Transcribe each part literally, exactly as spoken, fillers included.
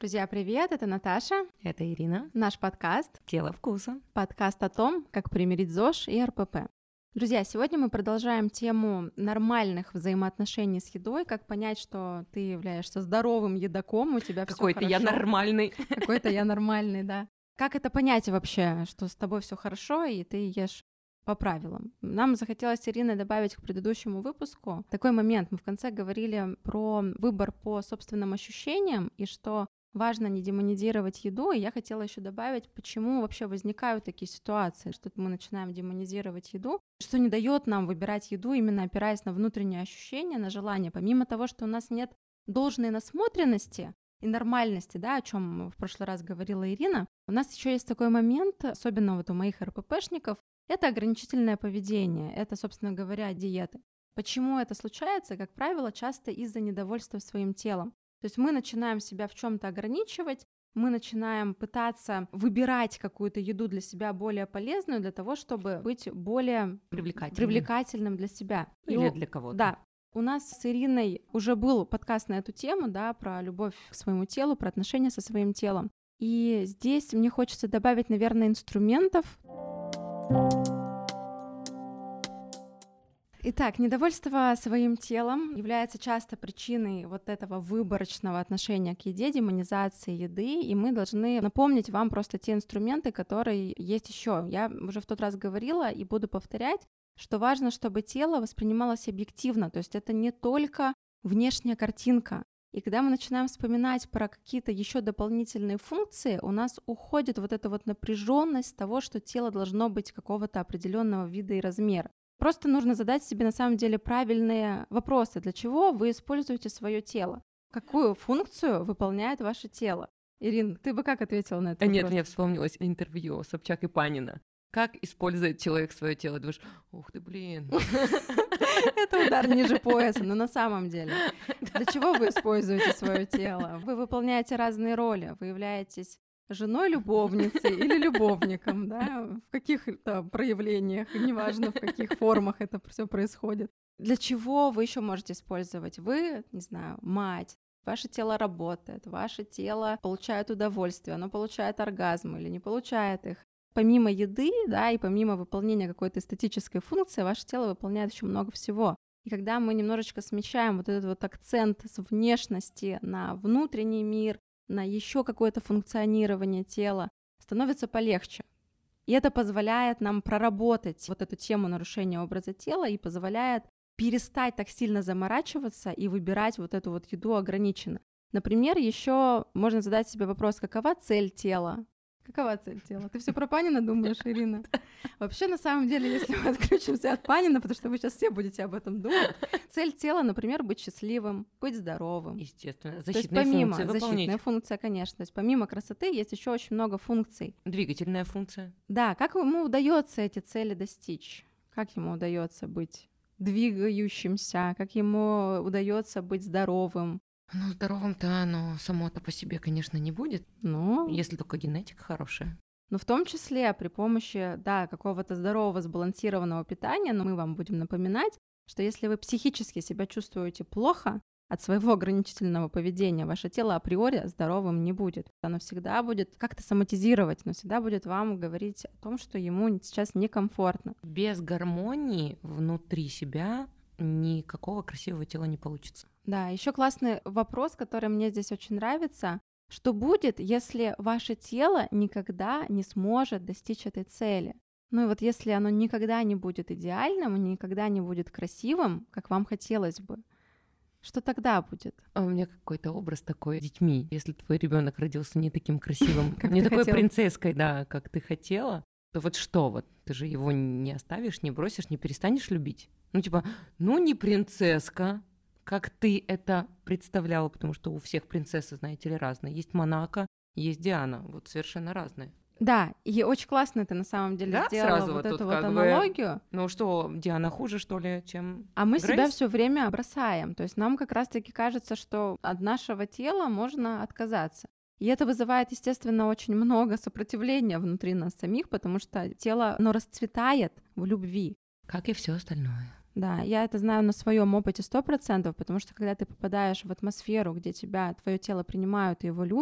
Друзья, привет! Это Наташа. Это Ирина. Наш подкаст «Тело вкуса». Подкаст о том, как примирить ЗОЖ и эр пэ пэ. Друзья, сегодня мы продолжаем тему нормальных взаимоотношений с едой, как понять, что ты являешься здоровым едоком, у тебя все хорошо. Какой-то я нормальный. Какой-то я нормальный, да. Как это понять вообще, что с тобой все хорошо, и ты ешь по правилам? Нам захотелось с Ириной добавить к предыдущему выпуску такой момент. Мы в конце говорили про выбор по собственным ощущениям, и что важно не демонизировать еду, и я хотела еще добавить, почему вообще возникают такие ситуации, что мы начинаем демонизировать еду, что не дает нам выбирать еду, именно опираясь на внутренние ощущения, на желание. Помимо того, что у нас нет должной насмотренности и нормальности, да, о чем в прошлый раз говорила Ирина, у нас еще есть такой момент, особенно вот у моих эр пэ пэшников, это ограничительное поведение, это, собственно говоря, диеты. Почему это случается? Как правило, часто из-за недовольства своим телом. То есть мы начинаем себя в чем-то ограничивать, мы начинаем пытаться выбирать какую-то еду для себя более полезную, для того, чтобы быть более привлекательным, привлекательным для себя. Или И, для кого-то. Да. У нас с Ириной уже был подкаст на эту тему, да, про любовь к своему телу, про отношения со своим телом. И здесь мне хочется добавить, наверное, инструментов. Итак, недовольство своим телом является часто причиной вот этого выборочного отношения к еде, демонизации еды, и мы должны напомнить вам просто те инструменты, которые есть еще. Я уже в тот раз говорила и буду повторять, что важно, чтобы тело воспринималось объективно, то есть это не только внешняя картинка. И когда мы начинаем вспоминать про какие-то еще дополнительные функции, у нас уходит вот эта вот напряженность того, что тело должно быть какого-то определенного вида и размера. Просто нужно задать себе на самом деле правильные вопросы. Для чего вы используете свое тело? Какую функцию выполняет ваше тело? Ирин, ты бы как ответила на это? А нет, мне вспомнилось интервью Собчак и Панина. Как использует человек свое тело? Думаешь, ух ты, блин. Это удар ниже пояса, но на самом деле. Для чего вы используете свое тело? Вы выполняете разные роли. Вы являетесь женой-любовницей или любовником, да, в каких-то проявлениях, неважно, в каких формах это все происходит. Для чего вы еще можете использовать? Вы, не знаю, мать, ваше тело работает, ваше тело получает удовольствие, оно получает оргазм или не получает их. Помимо еды, да, и помимо выполнения какой-то эстетической функции, ваше тело выполняет еще много всего. И когда мы немножечко смещаем вот этот вот акцент с внешности на внутренний мир, на еще какое-то функционирование тела, становится полегче. И это позволяет нам проработать вот эту тему нарушения образа тела и позволяет перестать так сильно заморачиваться и выбирать вот эту вот еду ограниченно. Например, еще можно задать себе вопрос, какова цель тела? Какова цель тела? Ты все про Панина думаешь, Ирина? Вообще, на самом деле, если мы отключимся от Панина, потому что вы сейчас все будете об этом думать, цель тела, например, быть счастливым, быть здоровым. Естественно, защитные функции выполнить. Защитная функция, конечно. То есть помимо красоты есть еще очень много функций. Двигательная функция. Да, как ему удается эти цели достичь? Как ему удается быть двигающимся? Как ему удается быть здоровым? Ну, здоровым-то оно само-то по себе, конечно, не будет, ну, если только генетика хорошая. Но в том числе при помощи, да, какого-то здорового, сбалансированного питания, но мы вам будем напоминать, что если вы психически себя чувствуете плохо от своего ограничительного поведения, ваше тело априори здоровым не будет. Оно всегда будет как-то соматизировать, но всегда будет вам говорить о том, что ему сейчас некомфортно. Без гармонии внутри себя никакого красивого тела не получится. Да, еще классный вопрос, который мне здесь очень нравится. Что будет, если ваше тело никогда не сможет достичь этой цели? Ну и вот если оно никогда не будет идеальным, никогда не будет красивым, как вам хотелось бы, что тогда будет? А у меня какой-то образ такой с детьми. Если твой ребенок родился не таким красивым, не такой принцесской, да, как ты хотела, то вот что вот? Ты же его не оставишь, не бросишь, не перестанешь любить? Ну типа, ну не принцесска, как ты это представляла, потому что у всех принцессы, знаете ли, разные. Есть Монако, есть Диана, вот совершенно разные. Да, и очень классно ты на самом деле да? сделала Сразу вот, вот эту вот вот аналогию. Бы, ну что, Диана хуже, что ли, чем А мы Грейс? себя все время бросаем. То есть нам как раз-таки кажется, что от нашего тела можно отказаться. И это вызывает, естественно, очень много сопротивления внутри нас самих, потому что тело, оно расцветает в любви. Как и все остальное. Да, я это знаю на своем опыте сто процентов, потому что когда ты попадаешь в атмосферу, где тебя, твое тело принимают и его любят,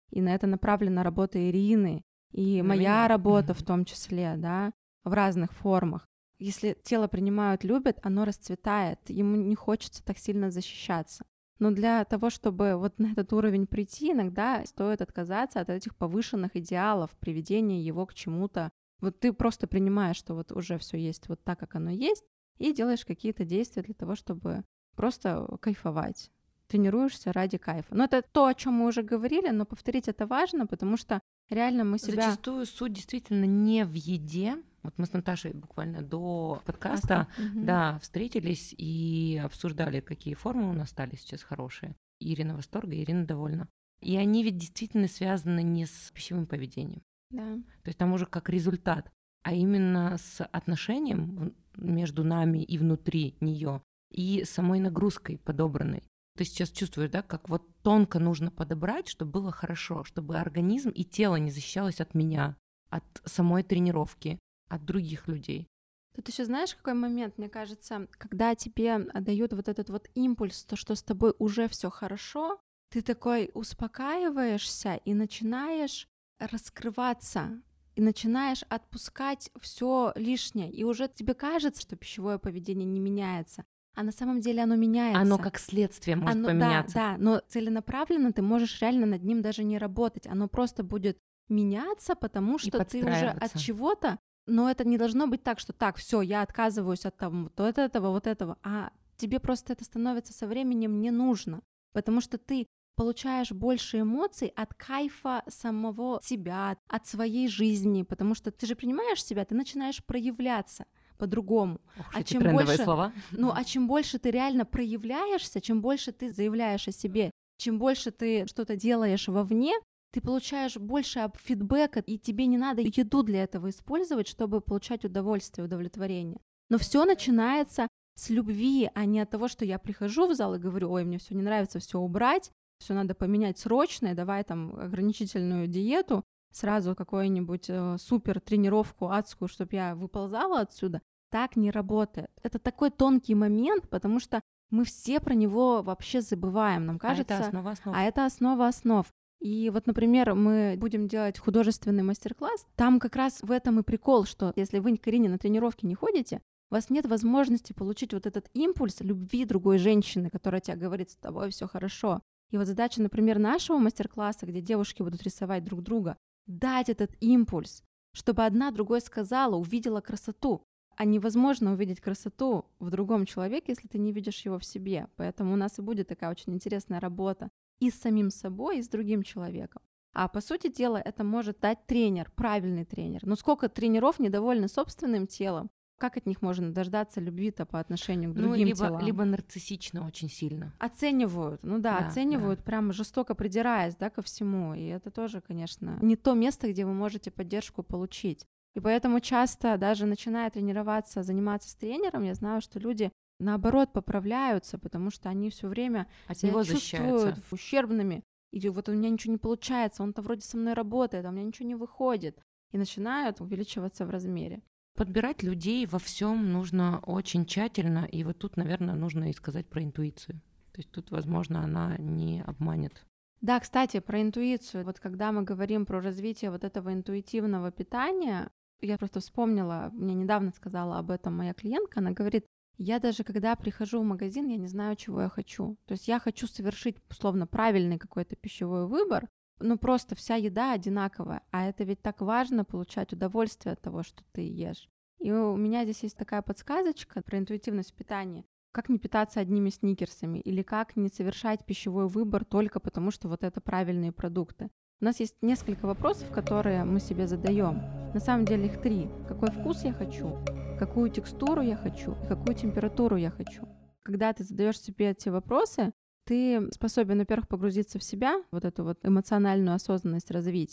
И на это направлена работа Ирины, и На моя меня. работа Мгм. в том числе, да, в разных формах. Если тело принимают, любят, оно расцветает, ему не хочется так сильно защищаться. Но для того, чтобы вот на этот уровень прийти, иногда стоит отказаться от этих повышенных идеалов, приведения его к чему-то. Вот ты просто принимаешь, что вот уже все есть вот так, как оно есть, и делаешь какие-то действия для того, чтобы просто кайфовать. Тренируешься ради кайфа. Но это то, о чем мы уже говорили, но повторить это важно, потому что реально мы себя... Зачастую суть действительно не в еде. Вот мы с Наташей буквально до подкаста, Мгм. да, встретились и обсуждали, какие формы у нас стали сейчас хорошие. Ирина в восторге, Ирина довольна. И они ведь действительно связаны не с пищевым поведением, Да. то есть там уже как результат, а именно с отношением в- между нами и внутри нее, и самой нагрузкой подобранной. Ты сейчас чувствуешь, да, как вот тонко нужно подобрать, чтобы было хорошо, чтобы организм и тело не защищалось от меня, от самой тренировки, от других людей. Тут еще знаешь, какой момент, мне кажется, когда тебе дают вот этот вот импульс, то, что с тобой уже все хорошо, ты такой успокаиваешься и начинаешь раскрываться, и начинаешь отпускать все лишнее, и уже тебе кажется, что пищевое поведение не меняется, а на самом деле оно меняется. Оно как следствие может Оно, поменяться. Да, да, но целенаправленно ты можешь реально над ним даже не работать. Оно просто будет меняться, потому что ты уже от подстраиваться. чего-то, но это не должно быть так, что так, все, я отказываюсь от того, вот этого, вот этого, а тебе просто это становится со временем не нужно, потому что ты получаешь больше эмоций от кайфа самого себя, от своей жизни, потому что ты же принимаешь себя, ты начинаешь проявляться по-другому. Ох, А эти чем трендовые больше, слова. ну, а чем больше ты реально проявляешься, чем больше ты заявляешь о себе, чем больше ты что-то делаешь вовне, ты получаешь больше об- фидбэка, и тебе не надо еду для этого использовать, чтобы получать удовольствие, удовлетворение. Но все начинается с любви, а не от того, что я прихожу в зал и говорю: ой, мне все не нравится, все убрать, все надо поменять срочно, и давай там ограничительную диету, сразу какую-нибудь э, супер тренировку адскую, чтобы я выползала отсюда. Так не работает. Это такой тонкий момент, потому что мы все про него вообще забываем. Нам А кажется, это основа основ. а это основа основ. И вот, например, мы будем делать художественный мастер-класс. Там как раз в этом и прикол, что если вы к Ирине на тренировки не ходите, у вас нет возможности получить вот этот импульс любви другой женщины, которая тебе говорит: с тобой все хорошо. И вот задача, например, нашего мастер-класса, где девушки будут рисовать друг друга, дать этот импульс, чтобы одна другой сказала, увидела красоту. А невозможно увидеть красоту в другом человеке, если ты не видишь его в себе. Поэтому у нас и будет такая очень интересная работа и с самим собой, и с другим человеком. А по сути дела это может дать тренер, правильный тренер. Но сколько тренеров недовольны собственным телом, как от них можно дождаться любви-то по отношению к Ну, другим либо, телам? либо нарциссично очень сильно. Оценивают, ну да, Да, оценивают, прям жестоко придираясь, да, ко всему. И это тоже, конечно, не то место, где вы можете поддержку получить. И поэтому часто, даже начиная тренироваться, заниматься с тренером, я знаю, что люди наоборот поправляются, потому что они все время От себя него чувствуют защищаются. ущербными. И вот у меня ничего не получается, он-то вроде со мной работает, а у меня ничего не выходит. И начинают увеличиваться в размере. Подбирать людей во всем нужно очень тщательно, и вот тут, наверное, нужно и сказать про интуицию. То есть тут, возможно, она не обманет. Да, кстати, про интуицию. Вот когда мы говорим про развитие вот этого интуитивного питания, я просто вспомнила, мне недавно сказала об этом моя клиентка, она говорит: я даже когда прихожу в магазин, я не знаю, чего я хочу. То есть я хочу совершить, условно, правильный какой-то пищевой выбор, но просто вся еда одинаковая, а это ведь так важно, получать удовольствие от того, что ты ешь. И у меня здесь есть такая подсказочка про интуитивность в питании. Как не питаться одними сникерсами или как не совершать пищевой выбор только потому, что вот это правильные продукты. У нас есть несколько вопросов, которые мы себе задаем. На самом деле их три. Какой вкус я хочу, какую текстуру я хочу и какую температуру я хочу. Когда ты задаешь себе эти вопросы, ты способен, во-первых, погрузиться в себя, вот эту вот эмоциональную осознанность развить,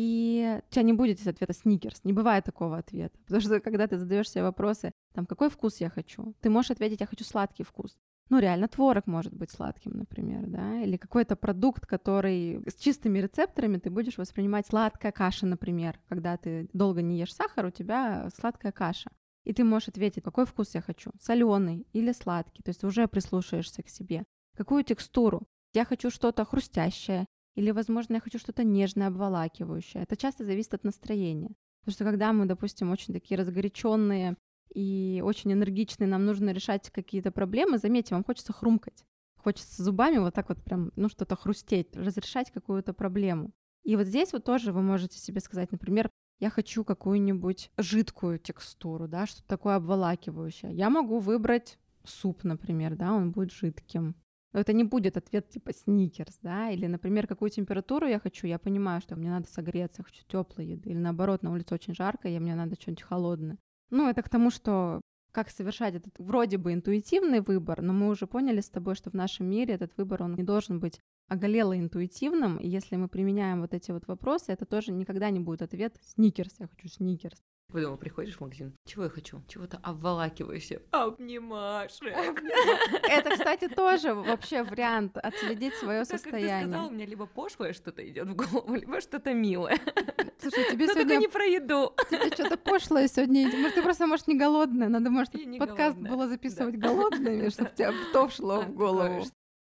и у тебя не будет из ответа сникерс, не бывает такого ответа, потому что когда ты задаешь себе вопросы, там, какой вкус я хочу, ты можешь ответить: я хочу сладкий вкус. Ну, реально, творог может быть сладким, например, да, или какой-то продукт, который с чистыми рецепторами ты будешь воспринимать. Сладкая каша, например, когда ты долго не ешь сахар, у тебя сладкая каша. И ты можешь ответить: какой вкус я хочу, соленый или сладкий, то есть уже прислушаешься к себе. Какую текстуру? Я хочу что-то хрустящее, Или, возможно, я хочу что-то нежное, обволакивающее. Это часто зависит от настроения. Потому что когда мы, допустим, очень такие разгоряченные и очень энергичные, нам нужно решать какие-то проблемы, заметьте, вам хочется хрумкать. Хочется зубами вот так вот прям, ну, что-то хрустеть, разрешать какую-то проблему. И вот здесь вот тоже вы можете себе сказать, например, я хочу какую-нибудь жидкую текстуру, да, что-то такое обволакивающее. Я могу выбрать суп, например, да, он будет жидким. Но это не будет ответ типа сникерс, да, или, например, какую температуру я хочу, я понимаю, что мне надо согреться, я хочу теплой еды, или наоборот, на улице очень жарко, и мне надо что-нибудь холодное. Ну, это к тому, что как совершать этот вроде бы интуитивный выбор, но мы уже поняли с тобой, что в нашем мире этот выбор, он не должен быть оголело интуитивным, и если мы применяем вот эти вот вопросы, это тоже никогда не будет ответ «сникерс», я хочу сникерс. Вы дома приходишь в магазин, чего я хочу? Чего-то обволакивающее. Обнимашек. Это, кстати, тоже вообще вариант отследить свое состояние. Как ты сказала, у меня либо пошлое что-то идет в голову, либо что-то милое. Слушай, тебе но сегодня... только не про еду. Тебе что-то пошлое сегодня. Может, ты просто, может, не голодная. Надо, может, подкаст голодная. было записывать да. голодными, чтобы тебе то шло в голову.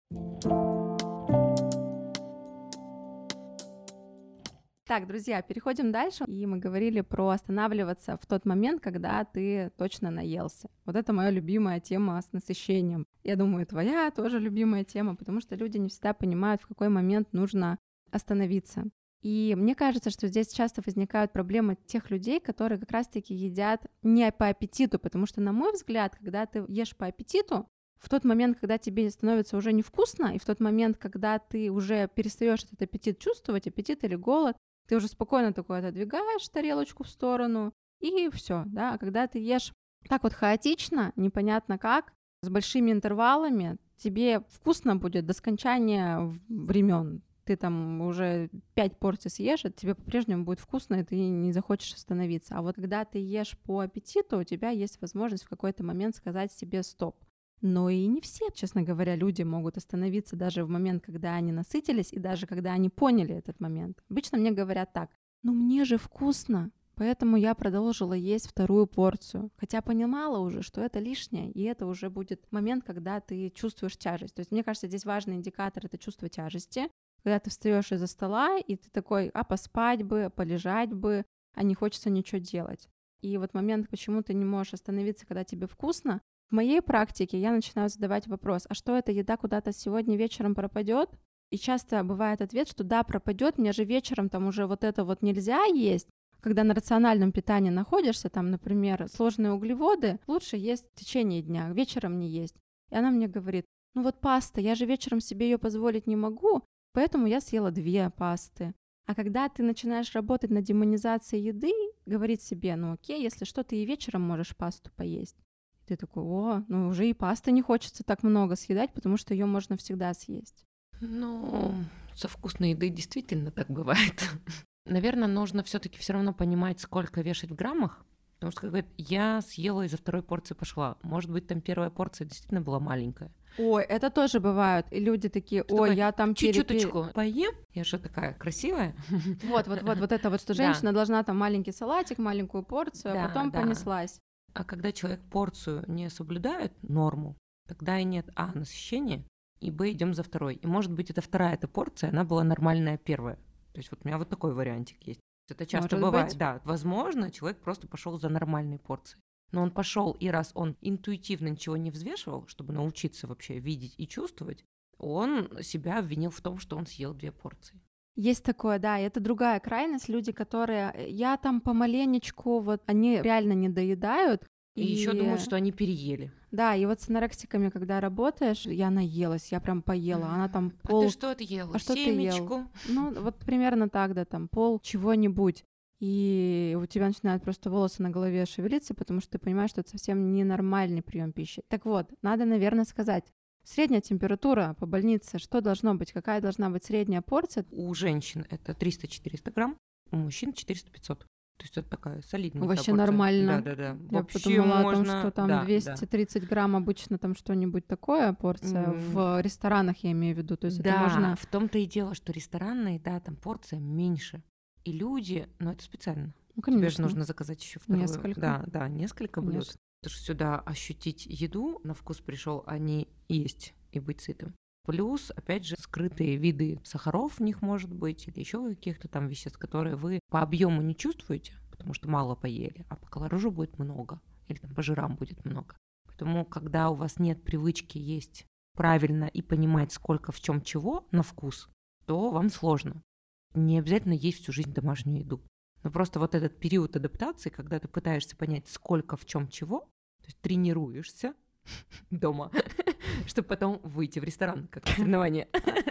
Так, друзья, переходим дальше. И мы говорили про останавливаться в тот момент, когда ты точно наелся. Вот это моя любимая тема с насыщением. Я думаю, твоя тоже любимая тема, потому что люди не всегда понимают, в какой момент нужно остановиться. И мне кажется, что здесь часто возникают проблемы тех людей, которые как раз-таки едят не по аппетиту, потому что, на мой взгляд, когда ты ешь по аппетиту, в тот момент, когда тебе становится уже невкусно, и в тот момент, когда ты уже перестаешь этот аппетит чувствовать, аппетит или голод, ты уже спокойно такой отодвигаешь тарелочку в сторону, и все, да. А когда ты ешь так вот хаотично, непонятно как, с большими интервалами, тебе вкусно будет до скончания времен. Ты там уже пять порций съешь, это тебе по-прежнему будет вкусно, и ты не захочешь остановиться. А вот когда ты ешь по аппетиту, у тебя есть возможность в какой-то момент сказать себе «стоп». Но и не все, честно говоря, люди могут остановиться даже в момент, когда они насытились, и даже когда они поняли этот момент. Обычно мне говорят так: «Ну мне же вкусно, поэтому я продолжила есть вторую порцию». Хотя понимала уже, что это лишнее, и это уже будет момент, когда ты чувствуешь тяжесть. То есть мне кажется, здесь важный индикатор — это чувство тяжести. Когда ты встаешь из-за стола, и ты такой: а поспать бы, полежать бы, а не хочется ничего делать. И вот момент, почему ты не можешь остановиться, когда тебе вкусно, в моей практике я начинаю задавать вопрос: а что, эта еда куда-то сегодня вечером пропадет? И часто бывает ответ, что да, пропадет, мне же вечером там уже вот это вот нельзя есть. Когда на рациональном питании находишься, там, например, сложные углеводы, лучше есть в течение дня, вечером не есть. И она мне говорит: ну вот паста, я же вечером себе ее позволить не могу, поэтому я съела две пасты. А когда ты начинаешь работать над демонизацией еды, говорить себе: ну окей, если что, ты и вечером можешь пасту поесть. Ты такой: о, ну уже и пасты не хочется так много съедать, потому что ее можно всегда съесть. Ну, со вкусной едой действительно так бывает. Наверное, нужно все-таки все равно понимать, сколько вешать в граммах. Потому что, как говорят, я съела и за второй порции пошла. Может быть, там первая порция действительно была маленькая. Ой, это тоже бывает. И люди такие: ой, я там чуть-чуточку пере... поем, я же такая красивая. Вот, вот, вот, вот это вот, что женщина должна там маленький салатик, маленькую порцию, а потом понеслась. А когда человек порцию не соблюдает, норму, тогда и нет а. насыщения, и б. идем за второй. И может быть, это вторая эта порция, она была нормальная первая. То есть вот у меня вот такой вариантик есть. Это часто может бывает. Быть. Да, возможно, человек просто пошел за нормальной порцией. Но он пошел, и раз он интуитивно ничего не взвешивал, чтобы научиться вообще видеть и чувствовать, он себя обвинил в том, что он съел две порции. Есть такое, да, и это другая крайность. Люди, которые я там помаленечку, вот они реально не доедают. И, и... еще думают, что они переели. Да, и вот с анорексиками, когда работаешь, я наелась, я прям поела, она там пол... А ты что ты ела? А что Семечку? Ты ел? Ну, вот примерно так, да, там пол чего-нибудь. И у тебя начинают просто волосы на голове шевелиться, потому что ты понимаешь, что это совсем ненормальный прием пищи. Так вот, надо, наверное, сказать: средняя температура по больнице, что должно быть? Какая должна быть средняя порция? У женщин это триста-четыреста грамм, у мужчин четыреста-пятьсот. То есть это такая солидная Вообще порция. Нормально. Да-да-да. Я вообще подумала можно... о том, что там да, двести тридцать да. грамм обычно там что-нибудь такое порция. Mm. В ресторанах я имею в виду. То есть да, это можно... в том-то и дело, что ресторанная еда, там порция меньше. И люди, ну это специально. Ну, конечно. Тебе же нужно заказать еще вторую. Несколько. Да, да, несколько конечно. блюд. Потому что сюда ощутить еду, на вкус пришел, а не есть и быть сытым. Плюс, опять же, скрытые виды сахаров в них может быть, или еще каких-то там веществ, которые вы по объему не чувствуете, потому что мало поели, а по колоражу будет много, или там по жирам будет много. Поэтому, когда у вас нет привычки есть правильно и понимать, сколько в чем чего на вкус, то вам сложно. Не обязательно есть всю жизнь домашнюю еду. Но просто вот этот период адаптации, когда ты пытаешься понять, сколько в чем чего, то есть тренируешься дома, чтобы потом выйти в ресторан, как соревнование.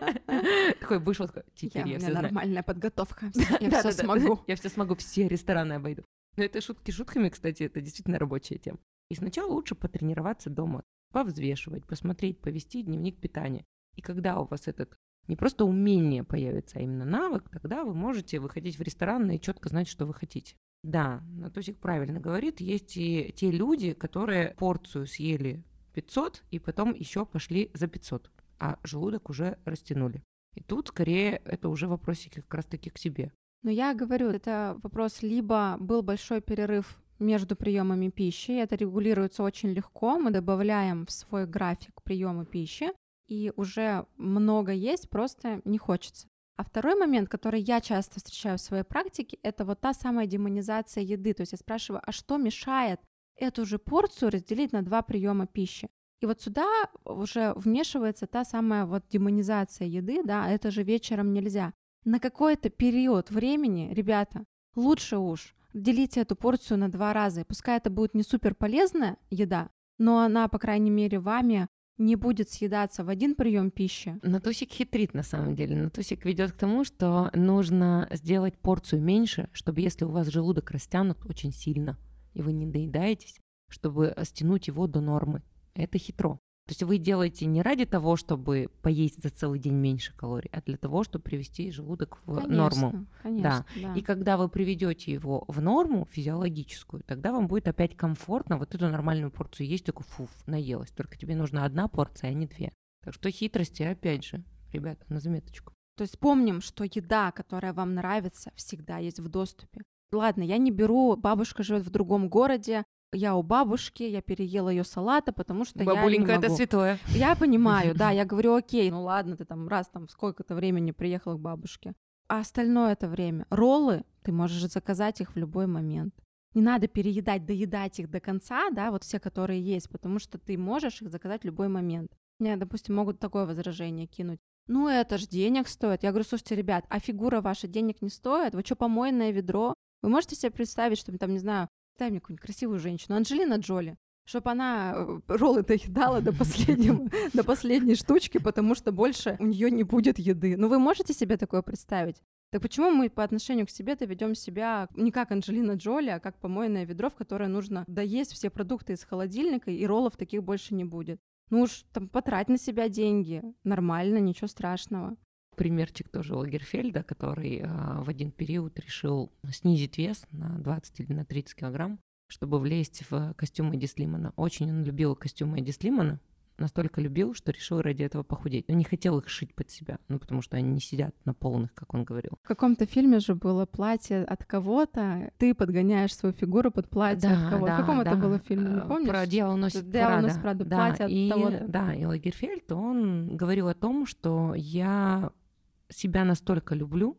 Такой вышел, такой, теперь я все знаю. У меня нормальная подготовка, я все смогу. Я все смогу, все рестораны обойду. Но это шутки шутками, кстати, это действительно рабочая тема. И сначала лучше потренироваться дома, повзвешивать, посмотреть, повести дневник питания. И когда у вас этот не просто умение появится, а именно навык, тогда вы можете выходить в ресторан и четко знать, что вы хотите. Да, Натусик правильно говорит, есть и те люди, которые порцию съели пятьсот и потом еще пошли за пятьсот, а желудок уже растянули. И тут скорее это уже вопросики как раз-таки к себе. Но я говорю, это вопрос, либо был большой перерыв между приемами пищи, это регулируется очень легко, мы добавляем в свой график приемы пищи, и уже много есть, просто не хочется. А второй момент, который я часто встречаю в своей практике, это вот та самая демонизация еды. То есть я спрашиваю, а что мешает эту же порцию разделить на два приема пищи? И вот сюда уже вмешивается та самая вот демонизация еды, да, это же вечером нельзя. На какой-то период времени, ребята, лучше уж делите эту порцию на два раза. И пускай это будет не супер полезная еда, но она, по крайней мере, вами не будет съедаться в один прием пищи. Натусик хитрит на самом деле. Натусик ведет к тому, что нужно сделать порцию меньше, чтобы если у вас желудок растянут очень сильно, и вы не доедаетесь, чтобы стянуть его до нормы. Это хитро. То есть вы делаете не ради того, чтобы поесть за целый день меньше калорий, а для того, чтобы привести желудок в конечно, норму. Конечно, да. да. И когда вы приведете его в норму физиологическую, тогда вам будет опять комфортно вот эту нормальную порцию есть, такой фуф, наелась. Только тебе нужна одна порция, а не две. Так что хитрости, опять же, ребята, на заметочку. То есть помним, что еда, которая вам нравится, всегда есть в доступе. Ладно, я не беру, бабушка живет в другом городе, я у бабушки, я переела ее салата, потому что бабуленька, я не могу. это святое. Я понимаю, да, я говорю, окей, ну ладно, ты там раз там сколько-то времени приехала к бабушке. А остальное это время. Роллы, ты можешь заказать их в любой момент. Не надо переедать, доедать их до конца, да, вот все, которые есть, потому что ты можешь их заказать в любой момент. Мне, допустим, могут такое возражение кинуть. Ну, это ж денег стоит. Я говорю, слушайте, ребят, а фигура ваша денег не стоит? Вы что, помойное ведро? Вы можете себе представить, что там, не знаю, дай мне какую-нибудь красивую женщину, Анджелина Джоли, чтобы она роллы доедала до последнего, до последней штучки, потому что больше у нее не будет еды. Ну, вы можете себе такое представить? Так почему мы по отношению к себе-то ведем себя не как Анджелина Джоли, а как помойное ведро, в которое нужно доесть все продукты из холодильника, и роллов таких больше не будет? Ну уж там потрать на себя деньги. Нормально, ничего страшного. Примерчик тоже Лагерфельда, который э, в один период решил снизить вес на двадцать или на тридцать килограмм, чтобы влезть в костюм Эдди Слимана. Очень он любил костюмы Эдди Слимана, настолько любил, что решил ради этого похудеть. Он не хотел их шить под себя, ну потому что они не сидят на полных, как он говорил. В каком-то фильме же было платье от кого-то, ты подгоняешь свою фигуру под платье да, от кого-то. Да, в каком да. это было фильме, не помнишь? Про «Дьявол носит «Дьявол Прада». носит Прада», Да, платье и, от того-то. Да, и Лагерфельд, он говорил о том, что я себя настолько люблю,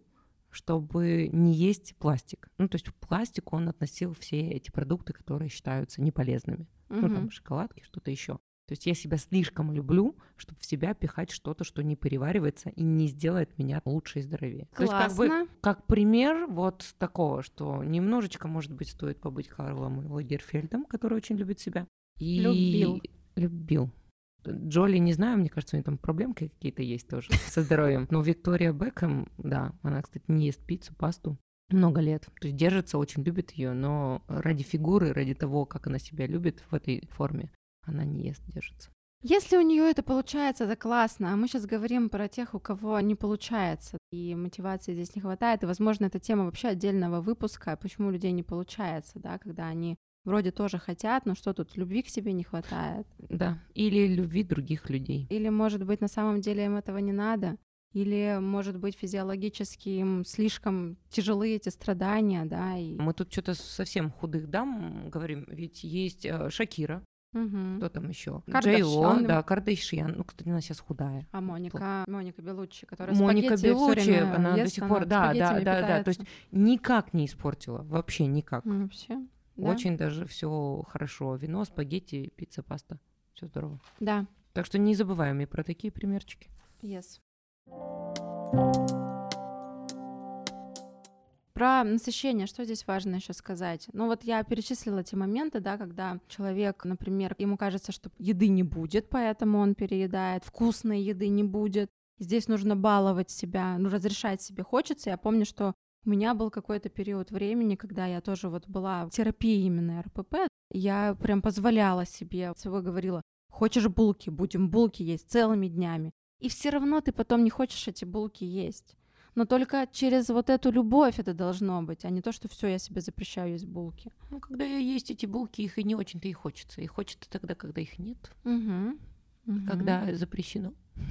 чтобы не есть пластик. Ну, то есть к пластику он относил все эти продукты, которые считаются неполезными. Угу. Ну, там шоколадки, что-то еще. То есть я себя слишком люблю, чтобы в себя пихать что-то, что не переваривается и не сделает меня лучше и здоровее. Классно. То есть как бы, как пример вот такого, что немножечко, может быть, стоит побыть Карлом Лагерфельдом, который очень любит себя. И Любил. Любил. Джоли, не знаю, мне кажется, у нее там проблемки какие-то есть тоже со здоровьем. Но Виктория Бекхэм, да, она, кстати, не ест пиццу, пасту много лет. То есть держится, очень любит ее, но ради фигуры, ради того, как она себя любит в этой форме, она не ест, держится. Если у нее это получается, это классно. А мы сейчас говорим про тех, у кого не получается, и мотивации здесь не хватает. И, возможно, это тема вообще отдельного выпуска, почему у людей не получается, да, когда они вроде тоже хотят, но что тут, любви к себе не хватает. Да, или любви других людей. Или, может быть, на самом деле им этого не надо. Или, может быть, физиологически им слишком тяжелы эти страдания, да. И... Мы тут что-то совсем худых дам говорим, ведь есть э, Шакира, Угу. Кто там еще? Кардашьян. Джей Ло, да, Кардашьян. Ну, кстати, она сейчас худая. А Моника, Моника Белуччи, которая Моника спагетти всё Белуччи, время она ест, до сих пор, да, да, да, да, то есть никак не испортила, вообще никак. Вообще, да. Очень даже все хорошо. Вино, спагетти, пицца, паста. Все здорово. Да. Так что не забываем и про такие примерчики. Yes. Про насыщение, что здесь важно еще сказать? Ну вот я перечислила те моменты, да, когда человек, например, ему кажется, что еды не будет, поэтому он переедает, вкусной еды не будет. Здесь нужно баловать себя, ну разрешать себе хочется. Я помню, что у меня был какой-то период времени, когда я тоже вот была в терапии именно эр пэ пэ, я прям позволяла себе, всего говорила: хочешь булки, будем булки есть целыми днями. И все равно ты потом не хочешь эти булки есть. Но только через вот эту любовь это должно быть, а не то, что все, я себе запрещаю есть булки. Ну, когда есть эти булки, их и не очень-то и хочется. И хочется тогда, когда их нет. Угу. Угу. Когда запрещено.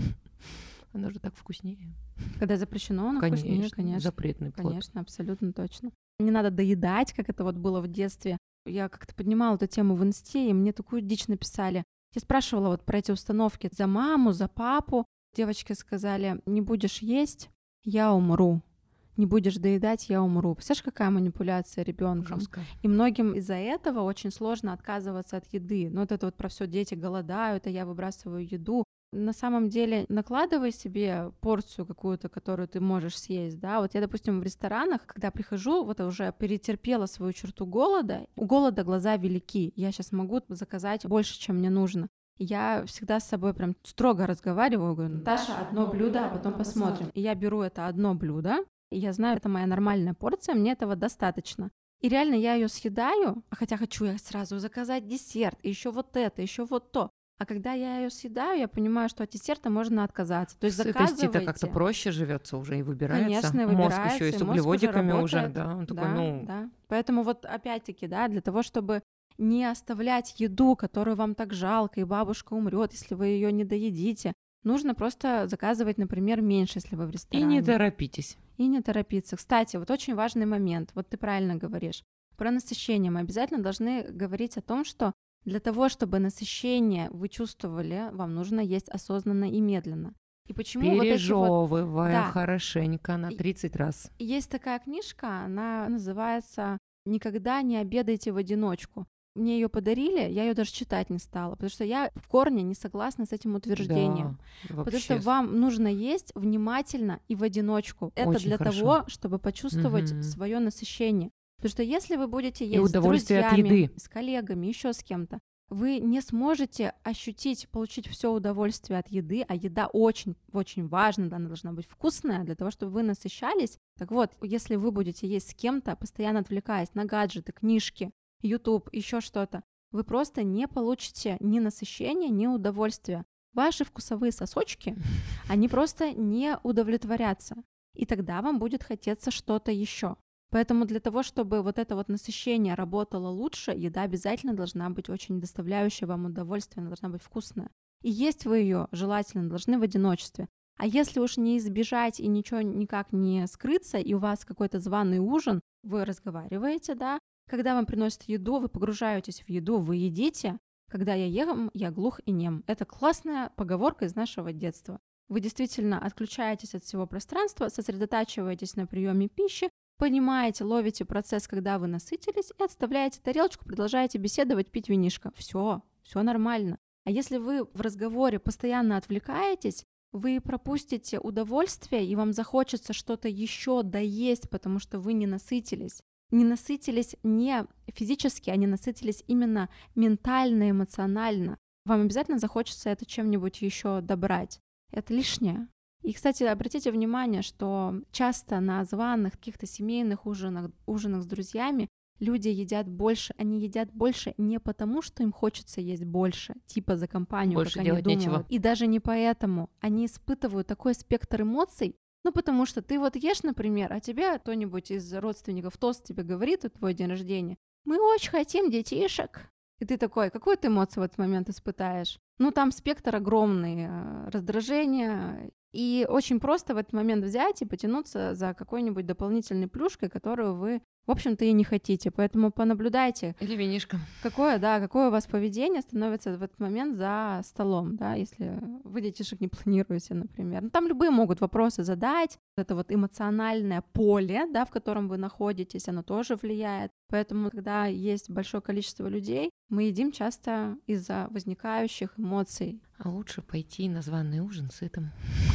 Оно же так вкуснее. Когда запрещено, оно конечно, вкуснее, конечно. Запретный плод. Конечно, абсолютно точно. Не надо доедать, как это вот было в детстве. Я как-то поднимала эту тему в инсте, и мне такую дичь написали. Я спрашивала вот про эти установки за маму, за папу. Девочки сказали: не будешь есть, я умру. Не будешь доедать, я умру. Представляешь, какая манипуляция ребенком? И многим из-за этого очень сложно отказываться от еды. Ну, вот это вот про все: дети голодают, а я выбрасываю еду. На самом деле накладывай себе порцию какую-то, которую ты можешь съесть, да. Вот я, допустим, в ресторанах, когда прихожу, вот уже перетерпела свою черту голода, у голода глаза велики, я сейчас могу заказать больше, чем мне нужно. Я всегда с собой прям строго разговариваю, говорю: Наташа, одно блюдо, а потом посмотрим. И я беру это одно блюдо, и я знаю, это моя нормальная порция, мне этого достаточно. И реально я ее съедаю, а хотя хочу я сразу заказать десерт, и еще вот это, еще вот то. А когда я ее съедаю, я понимаю, что от десерта можно отказаться. То есть заказывайте. Сытости-то как-то проще живется уже и выбирается. Конечно, и выбирается. Мозг еще и с углеводиками уже, уже, да, он такой, да, ну... Да. Поэтому вот опять-таки, да, для того, чтобы не оставлять еду, которую вам так жалко, и бабушка умрет, если вы ее не доедите, нужно просто заказывать, например, меньше, если вы в ресторане. И не торопитесь. И не торопиться. Кстати, вот очень важный момент, вот ты правильно говоришь, про насыщение мы обязательно должны говорить о том, что для того, чтобы насыщение вы чувствовали, вам нужно есть осознанно и медленно. И почему пережевывая вот вот, да, хорошенько на тридцать раз. Есть такая книжка, она называется «Никогда не обедайте в одиночку». Мне ее подарили, я ее даже читать не стала, потому что я в корне не согласна с этим утверждением. Да, потому что вам нужно есть внимательно и в одиночку. Это очень для хорошо. Того, чтобы почувствовать угу. свое насыщение. Потому что если вы будете есть с друзьями, от еды. С коллегами, еще с кем-то, вы не сможете ощутить, получить все удовольствие от еды, а еда очень-очень важна, она должна быть вкусная для того, чтобы вы насыщались. Так вот, если вы будете есть с кем-то, постоянно отвлекаясь на гаджеты, книжки, YouTube, еще что-то, вы просто не получите ни насыщения, ни удовольствия. Ваши вкусовые сосочки, они просто не удовлетворятся. И тогда вам будет хотеться что-то еще. Поэтому для того, чтобы вот это вот насыщение работало лучше, еда обязательно должна быть очень доставляющая вам удовольствие, она должна быть вкусная. И есть вы ее желательно должны в одиночестве. А если уж не избежать и ничего никак не скрыться, и у вас какой-то званый ужин, вы разговариваете, да, когда вам приносят еду, вы погружаетесь в еду, вы едите. Когда я ем, я глух и нем. Это классная поговорка из нашего детства. Вы действительно отключаетесь от всего пространства, сосредотачиваетесь на приеме пищи, понимаете, ловите процесс, когда вы насытились, и отставляете тарелочку, продолжаете беседовать, пить винишко. Все, все нормально. А если вы в разговоре постоянно отвлекаетесь, вы пропустите удовольствие, и вам захочется что-то еще доесть, потому что вы не насытились. Не насытились не физически, а не насытились именно ментально, эмоционально. Вам обязательно захочется это чем-нибудь еще добрать. Это лишнее. И, кстати, обратите внимание, что часто на званых каких-то семейных ужинах, ужинах с друзьями люди едят больше. Они едят больше не потому, что им хочется есть больше, типа за компанию, больше как они думают. Нечего. И даже не поэтому. Они испытывают такой спектр эмоций. Ну, потому что ты вот ешь, например, а тебе кто-нибудь из родственников тост тебе говорит в твой день рождения: мы очень хотим детишек. И ты такой, какую ты эмоцию в этот момент испытаешь? Ну, там спектр огромный, раздражение. И очень просто в этот момент взять и потянуться за какой-нибудь дополнительной плюшкой, которую вы в общем-то, и не хотите. Поэтому понаблюдайте. Или винишко. Какое, да, какое у вас поведение становится в этот момент за столом, да, если вы детишек не планируете, например. Ну, там любые могут вопросы задать. Это вот эмоциональное поле, да, в котором вы находитесь, оно тоже влияет. Поэтому, когда есть большое количество людей, мы едим часто из-за возникающих эмоций. А лучше пойти на званый ужин сытым.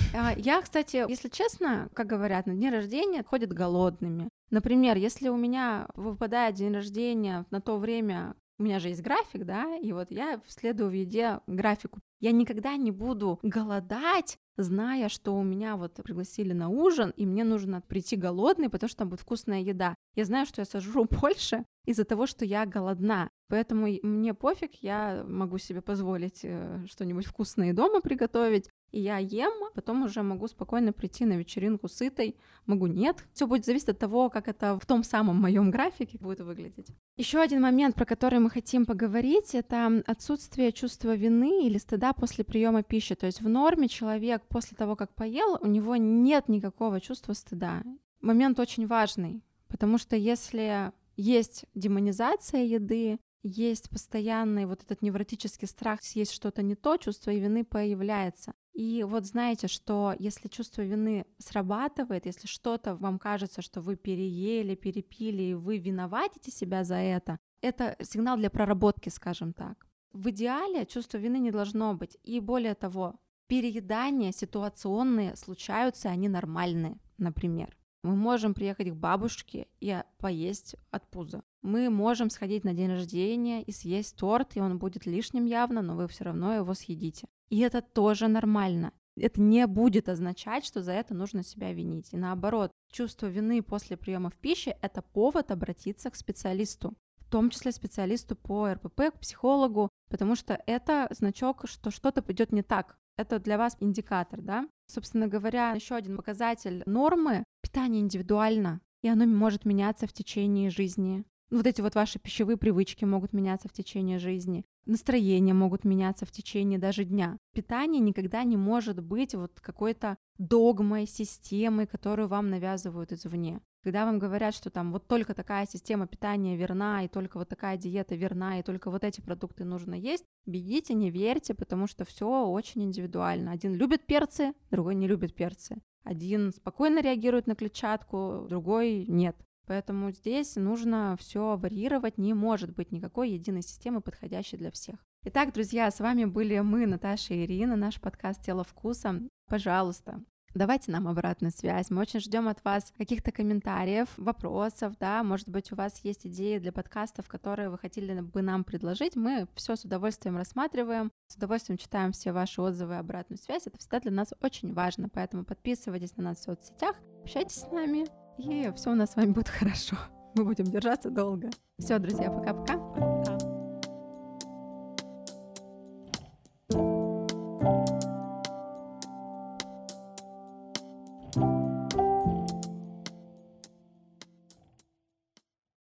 Я, кстати, если честно, как говорят, на дни рождения ходят голодными. Например, если у меня выпадает день рождения на то время, у меня же есть график, да, и вот я следую в еде графику. Я никогда не буду голодать, зная, что у меня вот пригласили на ужин, и мне нужно прийти голодной, потому что там будет вкусная еда. Я знаю, что я сожру больше из-за того, что я голодна. Поэтому мне пофиг, я могу себе позволить что-нибудь вкусное дома приготовить, и я ем, потом уже могу спокойно прийти на вечеринку сытой, могу нет. Все будет зависеть от того, как это в том самом моем графике будет выглядеть. Еще один момент, про который мы хотим поговорить, это отсутствие чувства вины или стыда после приема пищи. То есть в норме человек после того, как поел, у него нет никакого чувства стыда. Момент очень важный, потому что если есть демонизация еды, есть постоянный вот этот невротический страх съесть что-то не то, чувство вины появляется. И вот знаете, что если чувство вины срабатывает, если что-то вам кажется, что вы переели, перепили, и вы виноватите себя за это, это сигнал для проработки, скажем так. В идеале чувства вины не должно быть. И более того, переедания ситуационные случаются, они нормальные, например. Мы можем приехать к бабушке и поесть от пуза. Мы можем сходить на день рождения и съесть торт, и он будет лишним явно, но вы все равно его съедите. И это тоже нормально. Это не будет означать, что за это нужно себя винить. И наоборот, чувство вины после приема пищи – это повод обратиться к специалисту, в том числе специалисту по эр пэ пэ, к психологу, потому что это значок, что что-то пойдет не так. Это для вас индикатор, да? Собственно говоря, еще один показатель нормы – питание индивидуально, и оно может меняться в течение жизни. Вот эти вот ваши пищевые привычки могут меняться в течение жизни, настроения могут меняться в течение даже дня. Питание никогда не может быть вот какой-то догмой, системой, которую вам навязывают извне. Когда вам говорят, что там вот только такая система питания верна, и только вот такая диета верна, и только вот эти продукты нужно есть, бегите, не верьте, потому что все очень индивидуально. Один любит перцы, другой не любит перцы. Один спокойно реагирует на клетчатку, другой нет. Поэтому здесь нужно все варьировать, не может быть никакой единой системы, подходящей для всех. Итак, друзья, с вами были мы, Наташа и Ирина, наш подкаст «Тело вкуса». Пожалуйста, давайте нам обратную связь. Мы очень ждем от вас каких-то комментариев, вопросов, да, может быть, у вас есть идеи для подкастов, которые вы хотели бы нам предложить. Мы все с удовольствием рассматриваем, с удовольствием читаем все ваши отзывы и обратную связь. Это всегда для нас очень важно, поэтому подписывайтесь на нас в соцсетях, общайтесь с нами, и все у нас с вами будет хорошо. Мы будем держаться долго. Все, друзья, пока-пока.